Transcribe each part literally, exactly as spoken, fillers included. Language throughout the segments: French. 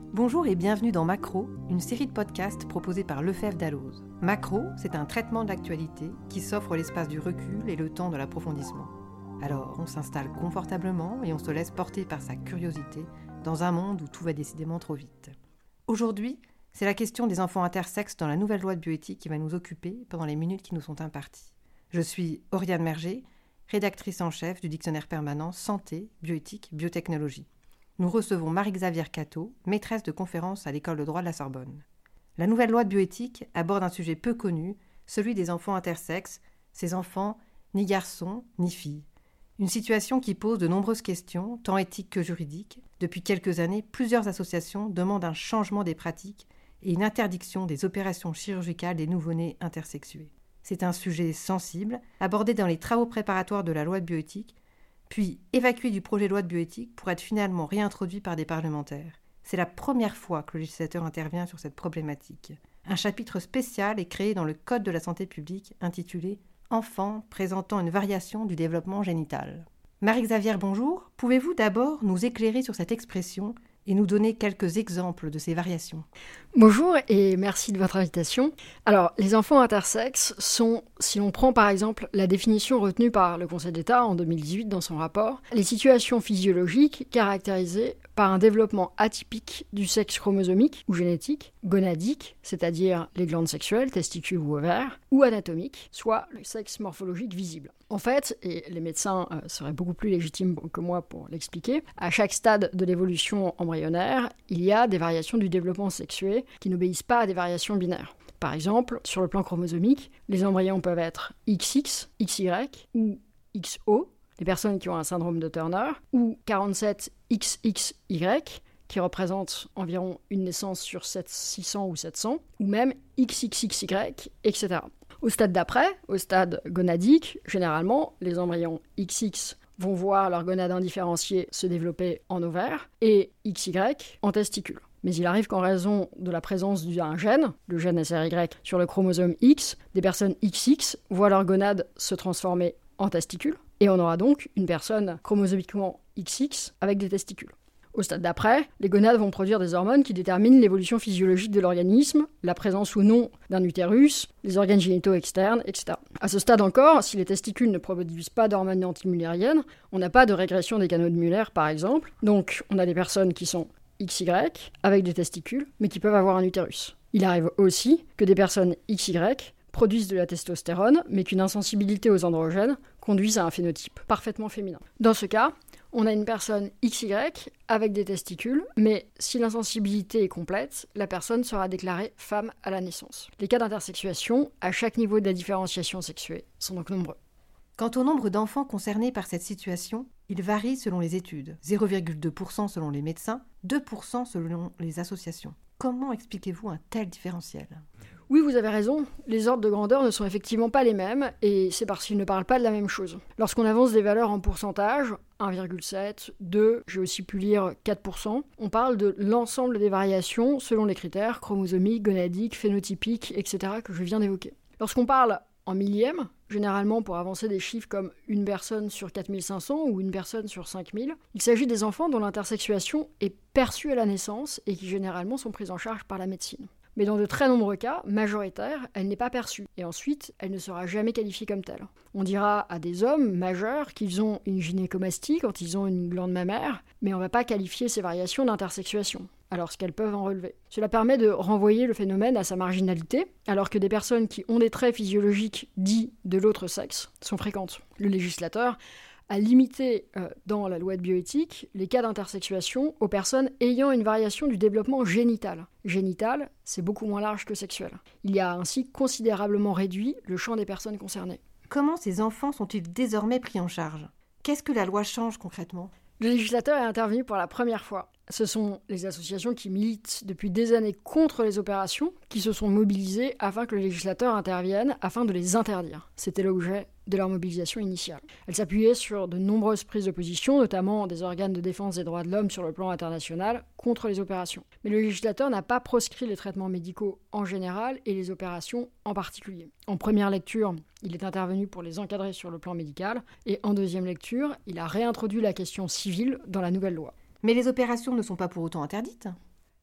Bonjour et bienvenue dans Macro, une série de podcasts proposée par Lefebvre Dalloz. Macro, c'est un traitement de l'actualité qui s'offre l'espace du recul et le temps de l'approfondissement. Alors, on s'installe confortablement et on se laisse porter par sa curiosité dans un monde où tout va décidément trop vite. Aujourd'hui, c'est la question des enfants intersexes dans la nouvelle loi de bioéthique qui va nous occuper pendant les minutes qui nous sont imparties. Je suis Oriane Merger, rédactrice en chef du dictionnaire permanent Santé, Bioéthique, Biotechnologie. Nous recevons Marie-Xavière Catteau, maîtresse de conférences à l'école de droit de la Sorbonne. La nouvelle loi de bioéthique aborde un sujet peu connu, celui des enfants intersexes, ces enfants ni garçons ni filles. Une situation qui pose de nombreuses questions, tant éthiques que juridiques. Depuis quelques années, plusieurs associations demandent un changement des pratiques et une interdiction des opérations chirurgicales des nouveau-nés intersexués. C'est un sujet sensible, abordé dans les travaux préparatoires de la loi de bioéthique, puis évacué du projet de loi de bioéthique pour être finalement réintroduit par des parlementaires. C'est la première fois que le législateur intervient sur cette problématique. Un chapitre spécial est créé dans le Code de la santé publique intitulé « Enfants présentant une variation du développement génital ». Marie-Xavière, bonjour. Pouvez-vous d'abord nous éclairer sur cette expression et nous donner quelques exemples de ces variations ? Bonjour et merci de votre invitation. Alors, les enfants intersexes sont, si l'on prend par exemple la définition retenue par le Conseil d'État en deux mille dix-huit dans son rapport, les situations physiologiques caractérisées par un développement atypique du sexe chromosomique ou génétique, gonadique, c'est-à-dire les glandes sexuelles, testicules ou ovaires, ou anatomique, soit le sexe morphologique visible. En fait, et les médecins euh, seraient beaucoup plus légitimes que moi pour l'expliquer, à chaque stade de l'évolution embryonnaire, il y a des variations du développement sexué qui n'obéissent pas à des variations binaires. Par exemple, sur le plan chromosomique, les embryons peuvent être X X, X Y ou X O, les personnes qui ont un syndrome de Turner, ou quarante-sept X X Y, qui représente environ une naissance sur six cents ou sept cents, ou même X X X Y, et cetera. Au stade d'après, au stade gonadique, généralement, les embryons X X vont voir leur gonade indifférenciée se développer en ovaire et X Y en testicule. Mais il arrive qu'en raison de la présence d'un gène, le gène S R Y, sur le chromosome X, des personnes X X voient leur gonade se transformer en testicule, et on aura donc une personne chromosomiquement X X avec des testicules. Au stade d'après, les gonades vont produire des hormones qui déterminent l'évolution physiologique de l'organisme, la présence ou non d'un utérus, les organes génitaux externes, et cetera. À ce stade encore, si les testicules ne produisent pas d'hormones antimullériennes, on n'a pas de régression des canaux de Muller par exemple, donc on a des personnes qui sont X Y avec des testicules, mais qui peuvent avoir un utérus. Il arrive aussi que des personnes X Y produisent de la testostérone, mais qu'une insensibilité aux androgènes conduise à un phénotype parfaitement féminin. Dans ce cas, on a une personne X Y avec des testicules, mais si l'insensibilité est complète, la personne sera déclarée femme à la naissance. Les cas d'intersexuation, à chaque niveau de la différenciation sexuée, sont donc nombreux. Quant au nombre d'enfants concernés par cette situation, il varie selon les études. zéro virgule deux pour cent selon les médecins, deux pour cent selon les associations. Comment expliquez-vous un tel différentiel ? Oui, vous avez raison, les ordres de grandeur ne sont effectivement pas les mêmes, et c'est parce qu'ils ne parlent pas de la même chose. Lorsqu'on avance des valeurs en pourcentage, un virgule sept, deux, j'ai aussi pu lire quatre pour cent, on parle de l'ensemble des variations selon les critères chromosomiques, gonadiques, phénotypiques, et cetera que je viens d'évoquer. Lorsqu'on parle en millième, généralement pour avancer des chiffres comme une personne sur quatre mille cinq cents ou une personne sur cinq mille, il s'agit des enfants dont l'intersexuation est perçue à la naissance et qui généralement sont pris en charge par la médecine. Mais dans de très nombreux cas, majoritaires, elle n'est pas perçue, et ensuite, elle ne sera jamais qualifiée comme telle. On dira à des hommes majeurs qu'ils ont une gynécomastie quand ils ont une glande mammaire, mais on ne va pas qualifier ces variations d'intersexuation, alors qu'elles peuvent en relever. Cela permet de renvoyer le phénomène à sa marginalité, alors que des personnes qui ont des traits physiologiques dits de l'autre sexe sont fréquentes. Le législateur a limité euh, dans la loi de bioéthique les cas d'intersexuation aux personnes ayant une variation du développement génital. Génital, c'est beaucoup moins large que sexuel. Il y a ainsi considérablement réduit le champ des personnes concernées. Comment ces enfants sont-ils désormais pris en charge ? Qu'est-ce que la loi change concrètement ? Le législateur est intervenu pour la première fois. Ce sont les associations qui militent depuis des années contre les opérations qui se sont mobilisées afin que le législateur intervienne, afin de les interdire. C'était l'objet de leur mobilisation initiale. Elle s'appuyait sur de nombreuses prises de position, notamment des organes de défense des droits de l'homme sur le plan international, contre les opérations. Mais le législateur n'a pas proscrit les traitements médicaux en général et les opérations en particulier. En première lecture, il est intervenu pour les encadrer sur le plan médical, et en deuxième lecture, il a réintroduit la question civile dans la nouvelle loi. Mais les opérations ne sont pas pour autant interdites ?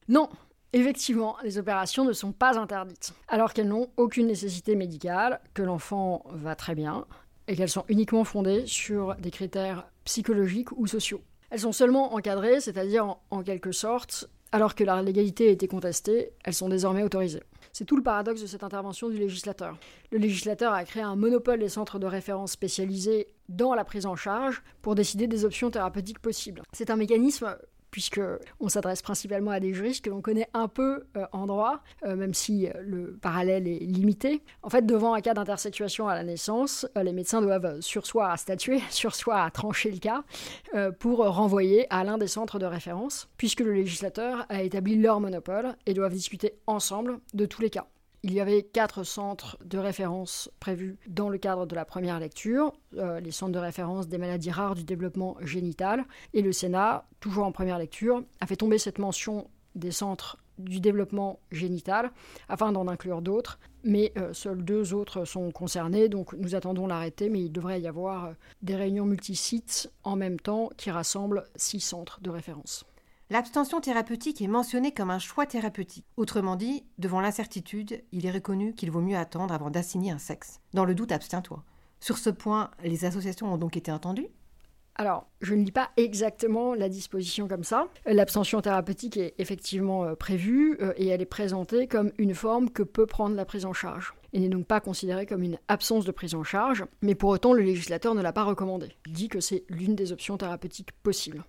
Non, effectivement, les opérations ne sont pas interdites, alors qu'elles n'ont aucune nécessité médicale, que l'enfant va très bien, et qu'elles sont uniquement fondées sur des critères psychologiques ou sociaux. Elles sont seulement encadrées, c'est-à-dire en, en quelque sorte, alors que la légalité a été contestée, elles sont désormais autorisées. C'est tout le paradoxe de cette intervention du législateur. Le législateur a créé un monopole des centres de référence spécialisés dans la prise en charge pour décider des options thérapeutiques possibles. C'est un mécanisme, puisqu'on s'adresse principalement à des juristes que l'on connaît un peu euh, en droit, euh, même si euh, le parallèle est limité. En fait, devant un cas d'intersexuation à la naissance, euh, les médecins doivent sursoir à statuer, sursoir à trancher le cas, euh, pour renvoyer à l'un des centres de référence, puisque le législateur a établi leur monopole et doivent discuter ensemble de tous les cas. Il y avait quatre centres de référence prévus dans le cadre de la première lecture, euh, les centres de référence des maladies rares du développement génital, et le Sénat, toujours en première lecture, a fait tomber cette mention des centres du développement génital afin d'en inclure d'autres, mais euh, seuls deux autres sont concernés, donc nous attendons l'arrêté, mais il devrait y avoir euh, des réunions multisites en même temps qui rassemblent six centres de référence. L'abstention thérapeutique est mentionnée comme un choix thérapeutique. Autrement dit, devant l'incertitude, il est reconnu qu'il vaut mieux attendre avant d'assigner un sexe. Dans le doute, abstiens-toi. Sur ce point, les associations ont donc été entendues ? Alors, je ne lis pas exactement la disposition comme ça. L'abstention thérapeutique est effectivement euh, prévue euh, et elle est présentée comme une forme que peut prendre la prise en charge. Et n'est donc pas considérée comme une absence de prise en charge, mais pour autant, le législateur ne l'a pas recommandée. Il dit que c'est l'une des options thérapeutiques possibles.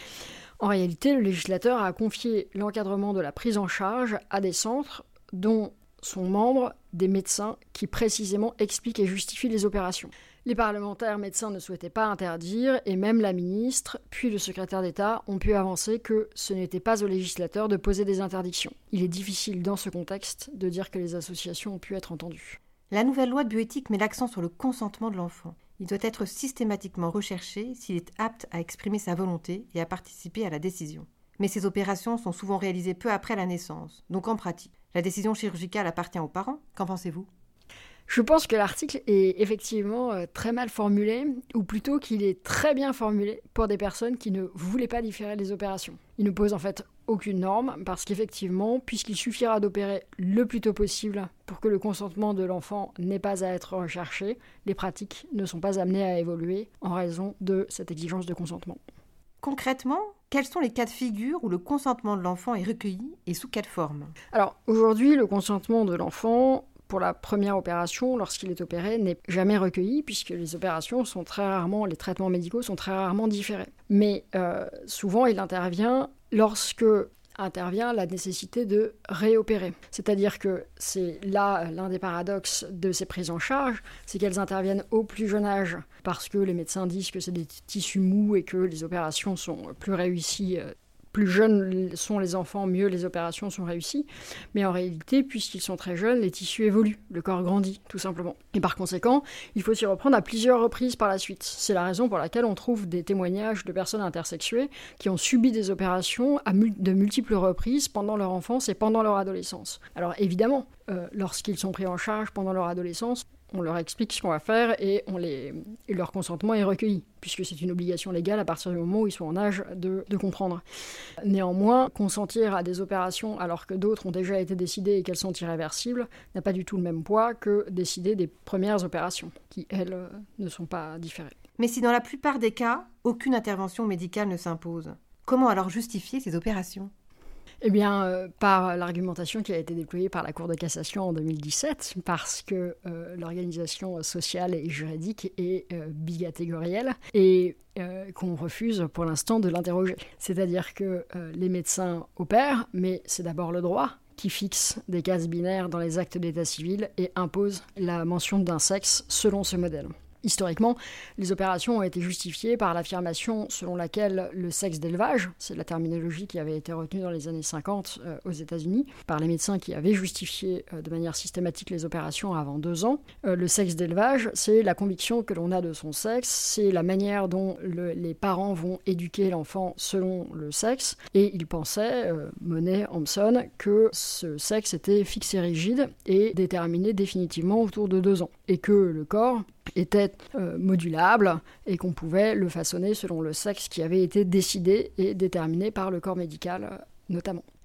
En réalité, le législateur a confié l'encadrement de la prise en charge à des centres dont sont membres des médecins qui précisément expliquent et justifient les opérations. Les parlementaires médecins ne souhaitaient pas interdire et même la ministre, puis le secrétaire d'État ont pu avancer que ce n'était pas au législateur de poser des interdictions. Il est difficile dans ce contexte de dire que les associations ont pu être entendues. La nouvelle loi de bioéthique met l'accent sur le consentement de l'enfant. Il doit être systématiquement recherché s'il est apte à exprimer sa volonté et à participer à la décision. Mais ces opérations sont souvent réalisées peu après la naissance, donc en pratique, la décision chirurgicale appartient aux parents. Qu'en pensez-vous ? Je pense que l'article est effectivement euh, très mal formulé, ou plutôt qu'il est très bien formulé pour des personnes qui ne voulaient pas différer les opérations. Il ne pose en fait aucune norme, parce qu'effectivement, puisqu'il suffira d'opérer le plus tôt possible pour que le consentement de l'enfant n'ait pas à être recherché, les pratiques ne sont pas amenées à évoluer en raison de cette exigence de consentement. Concrètement, quels sont les cas de figure où le consentement de l'enfant est recueilli et sous quelle forme ? Alors, aujourd'hui, le consentement de l'enfant pour la première opération, lorsqu'il est opéré, n'est jamais recueilli, puisque les opérations sont très rarement, les traitements médicaux sont très rarement différés. Mais euh, souvent, il intervient lorsque intervient la nécessité de réopérer. C'est-à-dire que c'est là l'un des paradoxes de ces prises en charge, c'est qu'elles interviennent au plus jeune âge, parce que les médecins disent que c'est des tissus mous et que les opérations sont plus réussies. Plus jeunes sont les enfants, mieux les opérations sont réussies. Mais en réalité, puisqu'ils sont très jeunes, les tissus évoluent, le corps grandit, tout simplement. Et par conséquent, il faut s'y reprendre à plusieurs reprises par la suite. C'est la raison pour laquelle on trouve des témoignages de personnes intersexuées qui ont subi des opérations à mul- de multiples reprises pendant leur enfance et pendant leur adolescence. Alors évidemment, euh, lorsqu'ils sont pris en charge pendant leur adolescence, on leur explique ce qu'on va faire et, on les... et leur consentement est recueilli, puisque c'est une obligation légale à partir du moment où ils sont en âge de, de comprendre. Néanmoins, consentir à des opérations alors que d'autres ont déjà été décidées et qu'elles sont irréversibles n'a pas du tout le même poids que décider des premières opérations, qui, elles, ne sont pas différées. Mais si dans la plupart des cas, aucune intervention médicale ne s'impose, comment alors justifier ces opérations ? Eh bien, euh, par l'argumentation qui a été déployée par la Cour de cassation en deux mille dix-sept, parce que euh, l'organisation sociale et juridique est euh, bigatégorielle et euh, qu'on refuse pour l'instant de l'interroger. C'est-à-dire que euh, les médecins opèrent, mais c'est d'abord le droit qui fixe des cases binaires dans les actes d'état civil et impose la mention d'un sexe selon ce modèle. Historiquement, les opérations ont été justifiées par l'affirmation selon laquelle le sexe d'élevage, c'est la terminologie qui avait été retenue dans les années cinquante euh, aux États-Unis, par les médecins qui avaient justifié euh, de manière systématique les opérations avant deux ans. Euh, le sexe d'élevage, c'est la conviction que l'on a de son sexe, c'est la manière dont le, les parents vont éduquer l'enfant selon le sexe, et ils pensaient, euh, Monet, Hampson, que ce sexe était fixe et rigide et déterminé définitivement autour de deux ans, et que le corps était euh, modulable et qu'on pouvait le façonner selon le sexe qui avait été décidé et déterminé par le corps médical euh, notamment.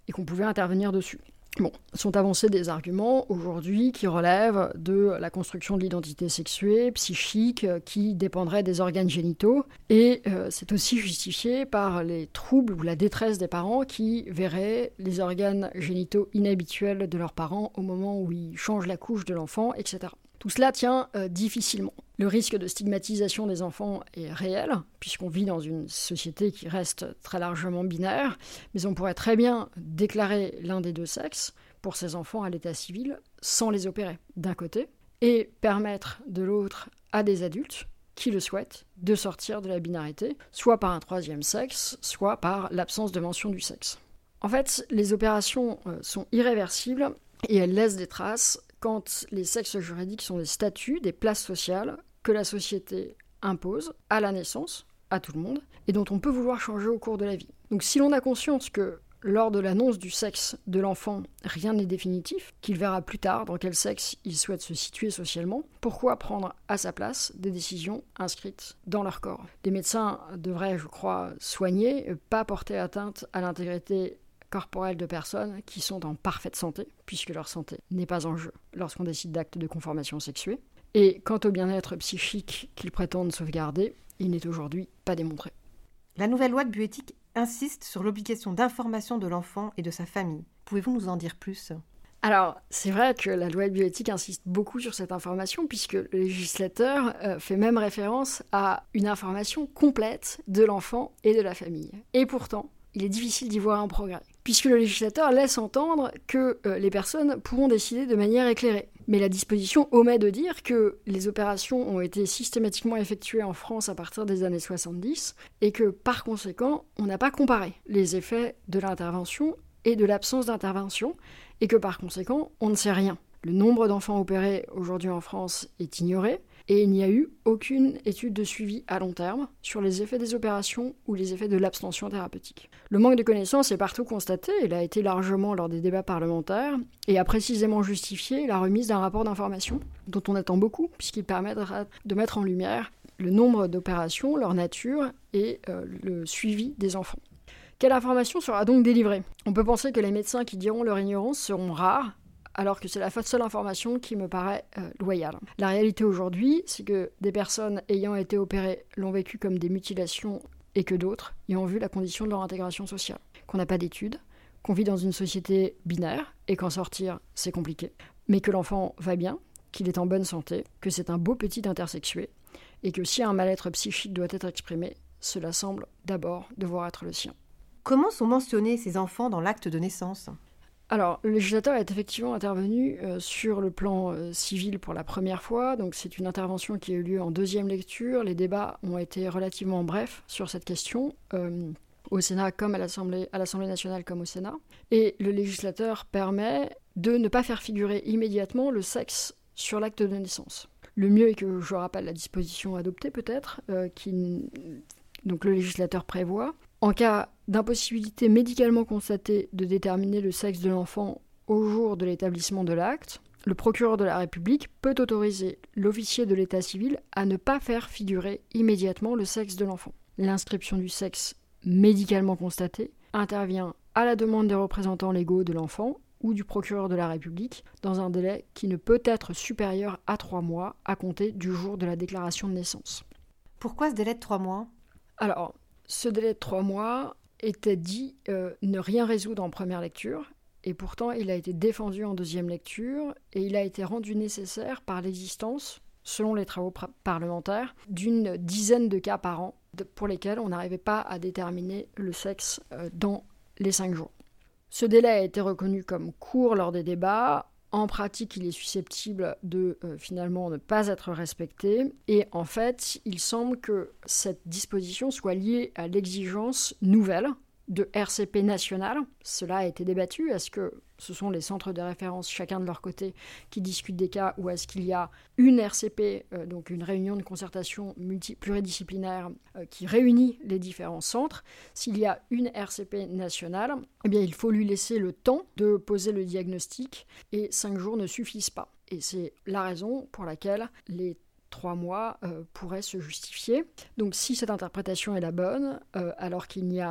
et qu'on pouvait intervenir dessus. Bon, sont avancés des arguments aujourd'hui qui relèvent de la construction de l'identité sexuée, psychique, qui dépendrait des organes génitaux, et euh, c'est aussi justifié par les troubles ou la détresse des parents qui verraient les organes génitaux inhabituels de leurs parents au moment où ils changent la couche de l'enfant, et cetera. Tout cela tient euh, difficilement. Le risque de stigmatisation des enfants est réel, puisqu'on vit dans une société qui reste très largement binaire, mais on pourrait très bien déclarer l'un des deux sexes pour ces enfants à l'état civil sans les opérer, d'un côté, et permettre de l'autre à des adultes qui le souhaitent de sortir de la binarité, soit par un troisième sexe, soit par l'absence de mention du sexe. En fait, les opérations euh, sont irréversibles et elles laissent des traces quand les sexes juridiques sont des statuts, des places sociales que la société impose à la naissance, à tout le monde, et dont on peut vouloir changer au cours de la vie. Donc si l'on a conscience que lors de l'annonce du sexe de l'enfant, rien n'est définitif, qu'il verra plus tard dans quel sexe il souhaite se situer socialement, pourquoi prendre à sa place des décisions inscrites dans leur corps ? Les médecins devraient, je crois, soigner, pas porter atteinte à l'intégrité corporelles de personnes qui sont en parfaite santé, puisque leur santé n'est pas en jeu lorsqu'on décide d'actes de conformation sexuée. Et quant au bien-être psychique qu'ils prétendent sauvegarder, il n'est aujourd'hui pas démontré. La nouvelle loi de bioéthique insiste sur l'obligation d'information de l'enfant et de sa famille. Pouvez-vous nous en dire plus ? Alors, c'est vrai que la loi de bioéthique insiste beaucoup sur cette information, puisque le législateur euh, fait même référence à une information complète de l'enfant et de la famille. Et pourtant, il est difficile d'y voir un progrès, puisque le législateur laisse entendre que euh, les personnes pourront décider de manière éclairée. Mais la disposition omet de dire que les opérations ont été systématiquement effectuées en France à partir des années soixante-dix, et que par conséquent, on n'a pas comparé les effets de l'intervention et de l'absence d'intervention, et que par conséquent, on ne sait rien. Le nombre d'enfants opérés aujourd'hui en France est ignoré, et il n'y a eu aucune étude de suivi à long terme sur les effets des opérations ou les effets de l'abstention thérapeutique. Le manque de connaissances est partout constaté, il a été largement lors des débats parlementaires, et a précisément justifié la remise d'un rapport d'information, dont on attend beaucoup, puisqu'il permettra de mettre en lumière le nombre d'opérations, leur nature et euh, le suivi des enfants. Quelle information sera donc délivrée ? On peut penser que les médecins qui diront leur ignorance seront rares, alors que c'est la seule information qui me paraît euh, loyale. La réalité aujourd'hui, c'est que des personnes ayant été opérées l'ont vécu comme des mutilations et que d'autres y ont vu la condition de leur intégration sociale. Qu'on n'a pas d'études, qu'on vit dans une société binaire et qu'en sortir, c'est compliqué. Mais que l'enfant va bien, qu'il est en bonne santé, que c'est un beau petit intersexué et que si un mal-être psychique doit être exprimé, cela semble d'abord devoir être le sien. Comment sont mentionnés ces enfants dans l'acte de naissance ? Alors, le législateur est effectivement intervenu euh, sur le plan euh, civil pour la première fois, donc c'est une intervention qui a eu lieu en deuxième lecture. Les débats ont été relativement brefs sur cette question, euh, au Sénat comme à l'Assemblée, à l'Assemblée nationale comme au Sénat. Et le législateur permet de ne pas faire figurer immédiatement le sexe sur l'acte de naissance. Le mieux est que je rappelle la disposition adoptée peut-être, euh, qui donc le législateur prévoit. En cas d'impossibilité médicalement constatée de déterminer le sexe de l'enfant au jour de l'établissement de l'acte, le procureur de la République peut autoriser l'officier de l'état civil à ne pas faire figurer immédiatement le sexe de l'enfant. L'inscription du sexe médicalement constaté intervient à la demande des représentants légaux de l'enfant ou du procureur de la République dans un délai qui ne peut être supérieur à trois mois à compter du jour de la déclaration de naissance. Pourquoi ce délai de trois mois ? Alors, ce délai de trois mois était dit euh, ne rien résoudre en première lecture, et pourtant il a été défendu en deuxième lecture, et il a été rendu nécessaire par l'existence, selon les travaux pra- parlementaires, d'une dizaine de cas par an, de, pour lesquels on n'arrivait pas à déterminer le sexe euh, dans les cinq jours. Ce délai a été reconnu comme court lors des débats. En pratique, il est susceptible de euh, finalement ne pas être respecté. Et en fait, il semble que cette disposition soit liée à l'exigence nouvelle de R C P national. Cela a été débattu. Est-ce que ce sont les centres de référence, chacun de leur côté, qui discutent des cas, ou est-ce qu'il y a une R C P, euh, donc une réunion de concertation multi- pluridisciplinaire, euh, qui réunit les différents centres ? S'il y a une R C P nationale, eh bien, il faut lui laisser le temps de poser le diagnostic, et cinq jours ne suffisent pas. Et c'est la raison pour laquelle les trois mois euh, pourraient se justifier. Donc si cette interprétation est la bonne, euh, alors qu'il n'y a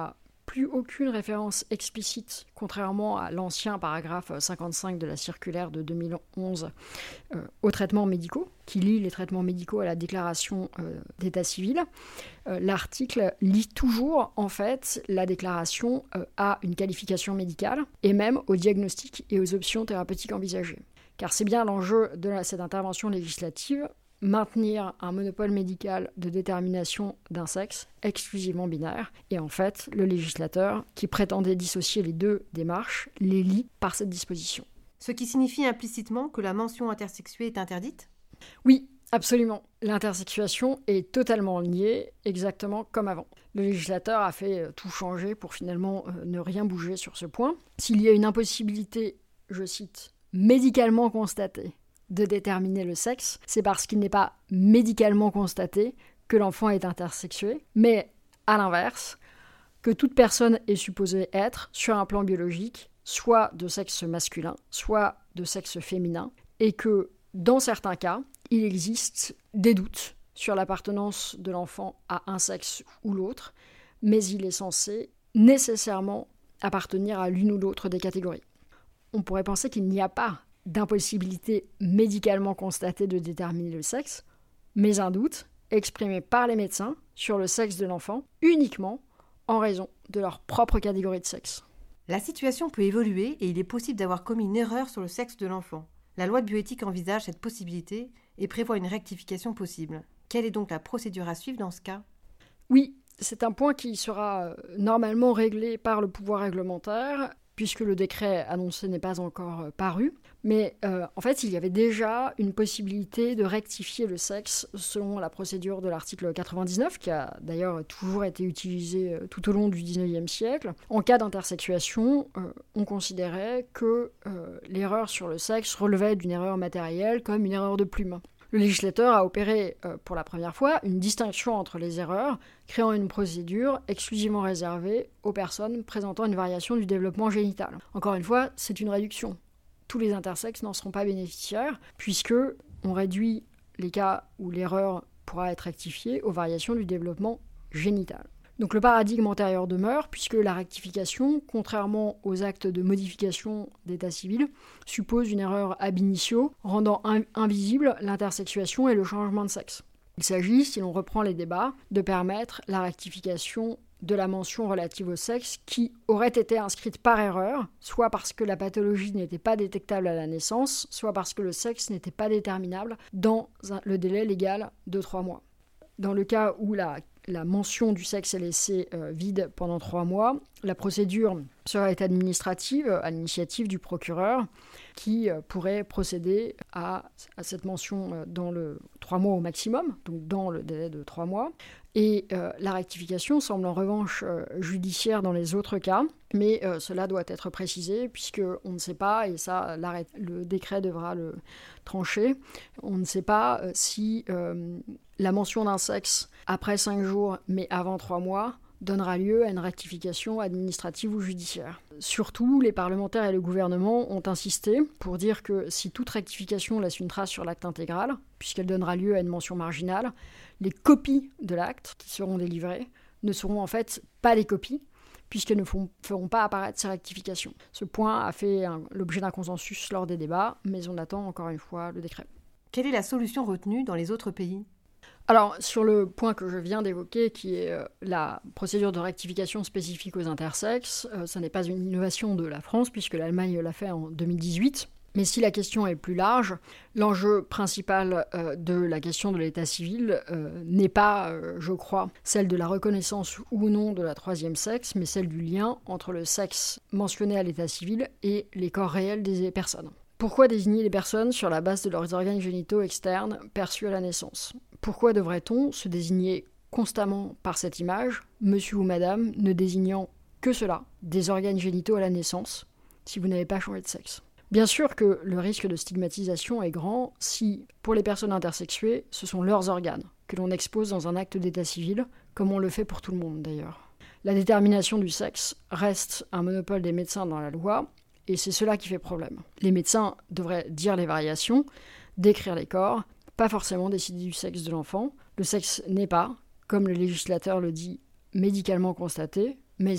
plus aucune référence explicite, contrairement à l'ancien paragraphe cinquante-cinq de la circulaire de deux mille onze, euh, aux traitements médicaux, qui lie les traitements médicaux à la déclaration euh, d'état civil. Euh, l'article lie toujours, en fait, la déclaration euh, à une qualification médicale, et même au diagnostic et aux options thérapeutiques envisagées. Car c'est bien l'enjeu de la, cette intervention législative, maintenir un monopole médical de détermination d'un sexe exclusivement binaire. Et en fait, le législateur, qui prétendait dissocier les deux démarches, les lie par cette disposition. Ce qui signifie implicitement que la mention intersexuée est interdite ? Oui, absolument. L'intersexuation est totalement liée, exactement comme avant. Le législateur a fait tout changer pour finalement euh, ne rien bouger sur ce point. S'il y a une impossibilité, je cite, médicalement constatée, de déterminer le sexe, c'est parce qu'il n'est pas médicalement constaté que l'enfant est intersexué, mais à l'inverse, que toute personne est supposée être, sur un plan biologique, soit de sexe masculin, soit de sexe féminin, et que, dans certains cas, il existe des doutes sur l'appartenance de l'enfant à un sexe ou l'autre, mais il est censé nécessairement appartenir à l'une ou l'autre des catégories. On pourrait penser qu'il n'y a pas d'impossibilité médicalement constatée de déterminer le sexe, mais un doute exprimé par les médecins sur le sexe de l'enfant uniquement en raison de leur propre catégorie de sexe. La situation peut évoluer et il est possible d'avoir commis une erreur sur le sexe de l'enfant. La loi de bioéthique envisage cette possibilité et prévoit une rectification possible. Quelle est donc la procédure à suivre dans ce cas ? Oui, c'est un point qui sera normalement réglé par le pouvoir réglementaire, puisque le décret annoncé n'est pas encore paru. Mais euh, en fait, il y avait déjà une possibilité de rectifier le sexe selon la procédure de l'article quatre-vingt-dix-neuf, qui a d'ailleurs toujours été utilisé tout au long du dix-neuvième siècle. En cas d'intersexuation, euh, on considérait que euh, l'erreur sur le sexe relevait d'une erreur matérielle comme une erreur de plume. Le législateur a opéré euh, pour la première fois une distinction entre les erreurs, créant une procédure exclusivement réservée aux personnes présentant une variation du développement génital. Encore une fois, c'est une réduction. Tous les intersexes n'en seront pas bénéficiaires, puisque on réduit les cas où l'erreur pourra être rectifiée aux variations du développement génital. Donc le paradigme antérieur demeure, puisque la rectification, contrairement aux actes de modification d'état civil, suppose une erreur ab initio, rendant in- invisible l'intersexuation et le changement de sexe. Il s'agit, si l'on reprend les débats, de permettre la rectification de la mention relative au sexe qui aurait été inscrite par erreur, soit parce que la pathologie n'était pas détectable à la naissance, soit parce que le sexe n'était pas déterminable dans un, le délai légal de trois mois. Dans le cas où la La mention du sexe est laissée euh, vide pendant trois mois. La procédure serait administrative, à l'initiative du procureur, qui euh, pourrait procéder à, à cette mention euh, dans le trois mois au maximum, donc dans le délai de trois mois. Et euh, la rectification semble en revanche euh, judiciaire dans les autres cas, mais euh, cela doit être précisé puisqu'on ne sait pas, et ça le décret devra le trancher, on ne sait pas euh, si euh, la mention d'un sexe après cinq jours mais avant trois mois donnera lieu à une rectification administrative ou judiciaire. Surtout, les parlementaires et le gouvernement ont insisté pour dire que si toute rectification laisse une trace sur l'acte intégral, puisqu'elle donnera lieu à une mention marginale, les copies de l'acte qui seront délivrées ne seront en fait pas les copies, puisqu'elles ne font, feront pas apparaître ces rectifications. Ce point a fait un, l'objet d'un consensus lors des débats, mais on attend encore une fois le décret. Quelle est la solution retenue dans les autres pays ? Alors, sur le point que je viens d'évoquer, qui est euh, la procédure de rectification spécifique aux intersexes, euh, ça n'est pas une innovation de la France, puisque l'Allemagne l'a fait en deux mille dix-huit. Mais si la question est plus large, l'enjeu principal euh, de la question de l'état civil euh, n'est pas, euh, je crois, celle de la reconnaissance ou non de la troisième sexe, mais celle du lien entre le sexe mentionné à l'état civil et les corps réels des personnes. Pourquoi désigner les personnes sur la base de leurs organes génitaux externes perçus à la naissance ? Pourquoi devrait-on se désigner constamment par cette image, monsieur ou madame, ne désignant que cela, des organes génitaux à la naissance, si vous n'avez pas changé de sexe ? Bien sûr que le risque de stigmatisation est grand si, pour les personnes intersexuées, ce sont leurs organes que l'on expose dans un acte d'état civil, comme on le fait pour tout le monde d'ailleurs. La détermination du sexe reste un monopole des médecins dans la loi, et c'est cela qui fait problème. Les médecins devraient dire les variations, décrire les corps, pas forcément décider du sexe de l'enfant. Le sexe n'est pas, comme le législateur le dit, médicalement constaté, mais il est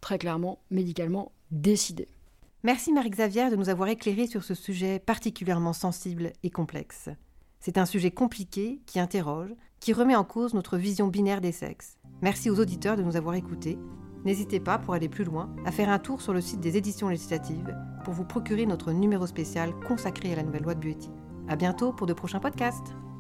très clairement médicalement décidé. Merci Marie-Xavière de nous avoir éclairé sur ce sujet particulièrement sensible et complexe. C'est un sujet compliqué qui interroge, qui remet en cause notre vision binaire des sexes. Merci aux auditeurs de nous avoir écoutés. N'hésitez pas, pour aller plus loin, à faire un tour sur le site des éditions législatives pour vous procurer notre numéro spécial consacré à la nouvelle loi de bioéthique. À bientôt pour de prochains podcasts.